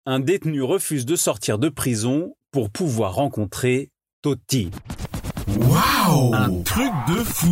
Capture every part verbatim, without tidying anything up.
un détenu refuse de sortir de prison pour pouvoir rencontrer Totti. Waouh! Un truc de fou!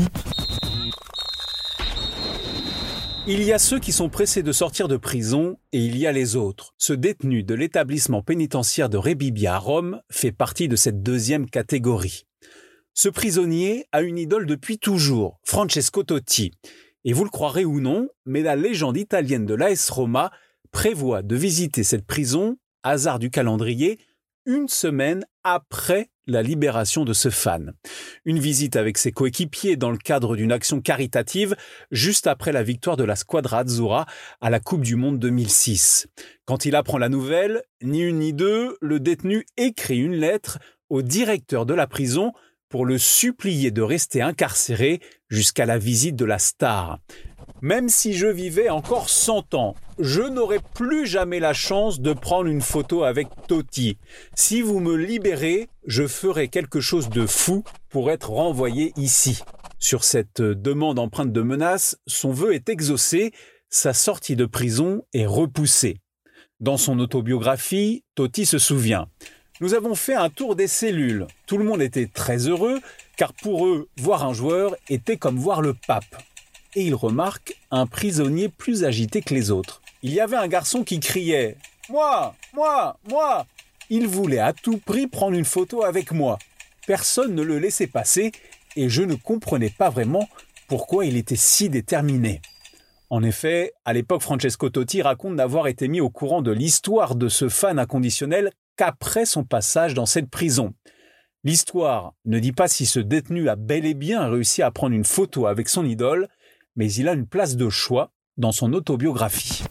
Il y a ceux qui sont pressés de sortir de prison et il y a les autres. Ce détenu de l'établissement pénitentiaire de Rebibbia à Rome fait partie de cette deuxième catégorie. Ce prisonnier a une idole depuis toujours, Francesco Totti. Et vous le croirez ou non, mais la légende italienne de l'A S Roma prévoit de visiter cette prison, hasard du calendrier, une semaine après la libération de ce fan. Une visite avec ses coéquipiers dans le cadre d'une action caritative juste après la victoire de la Squadra Azzurra à la Coupe du Monde deux mille six. Quand il apprend la nouvelle, ni une ni deux, le détenu écrit une lettre au directeur de la prison pour le supplier de rester incarcéré jusqu'à la visite de la star. Même si je vivais encore cent ans, je n'aurais plus jamais la chance de prendre une photo avec Totti. Si vous me libérez, je ferai quelque chose de fou pour être renvoyé ici. Sur cette demande empreinte de menace, son vœu est exaucé, sa sortie de prison est repoussée. Dans son autobiographie, Totti se souvient. Nous avons fait un tour des cellules. Tout le monde était très heureux, car pour eux, voir un joueur était comme voir le pape. Et il remarque un prisonnier plus agité que les autres. Il y avait un garçon qui criait « Moi, moi, moi !» Il voulait à tout prix prendre une photo avec moi. Personne ne le laissait passer et je ne comprenais pas vraiment pourquoi il était si déterminé. En effet, à l'époque, Francesco Totti raconte n'avoir été mis au courant de l'histoire de ce fan inconditionnel qu'après son passage dans cette prison. L'histoire ne dit pas si ce détenu a bel et bien réussi à prendre une photo avec son idole, mais il a une place de choix dans son autobiographie.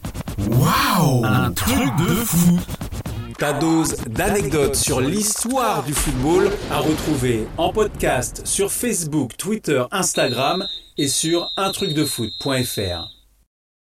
Waouh! Un truc de fou! Ta dose d'anecdotes sur l'histoire du football à retrouver en podcast sur Facebook, Twitter, Instagram et sur un truc de foot point f r.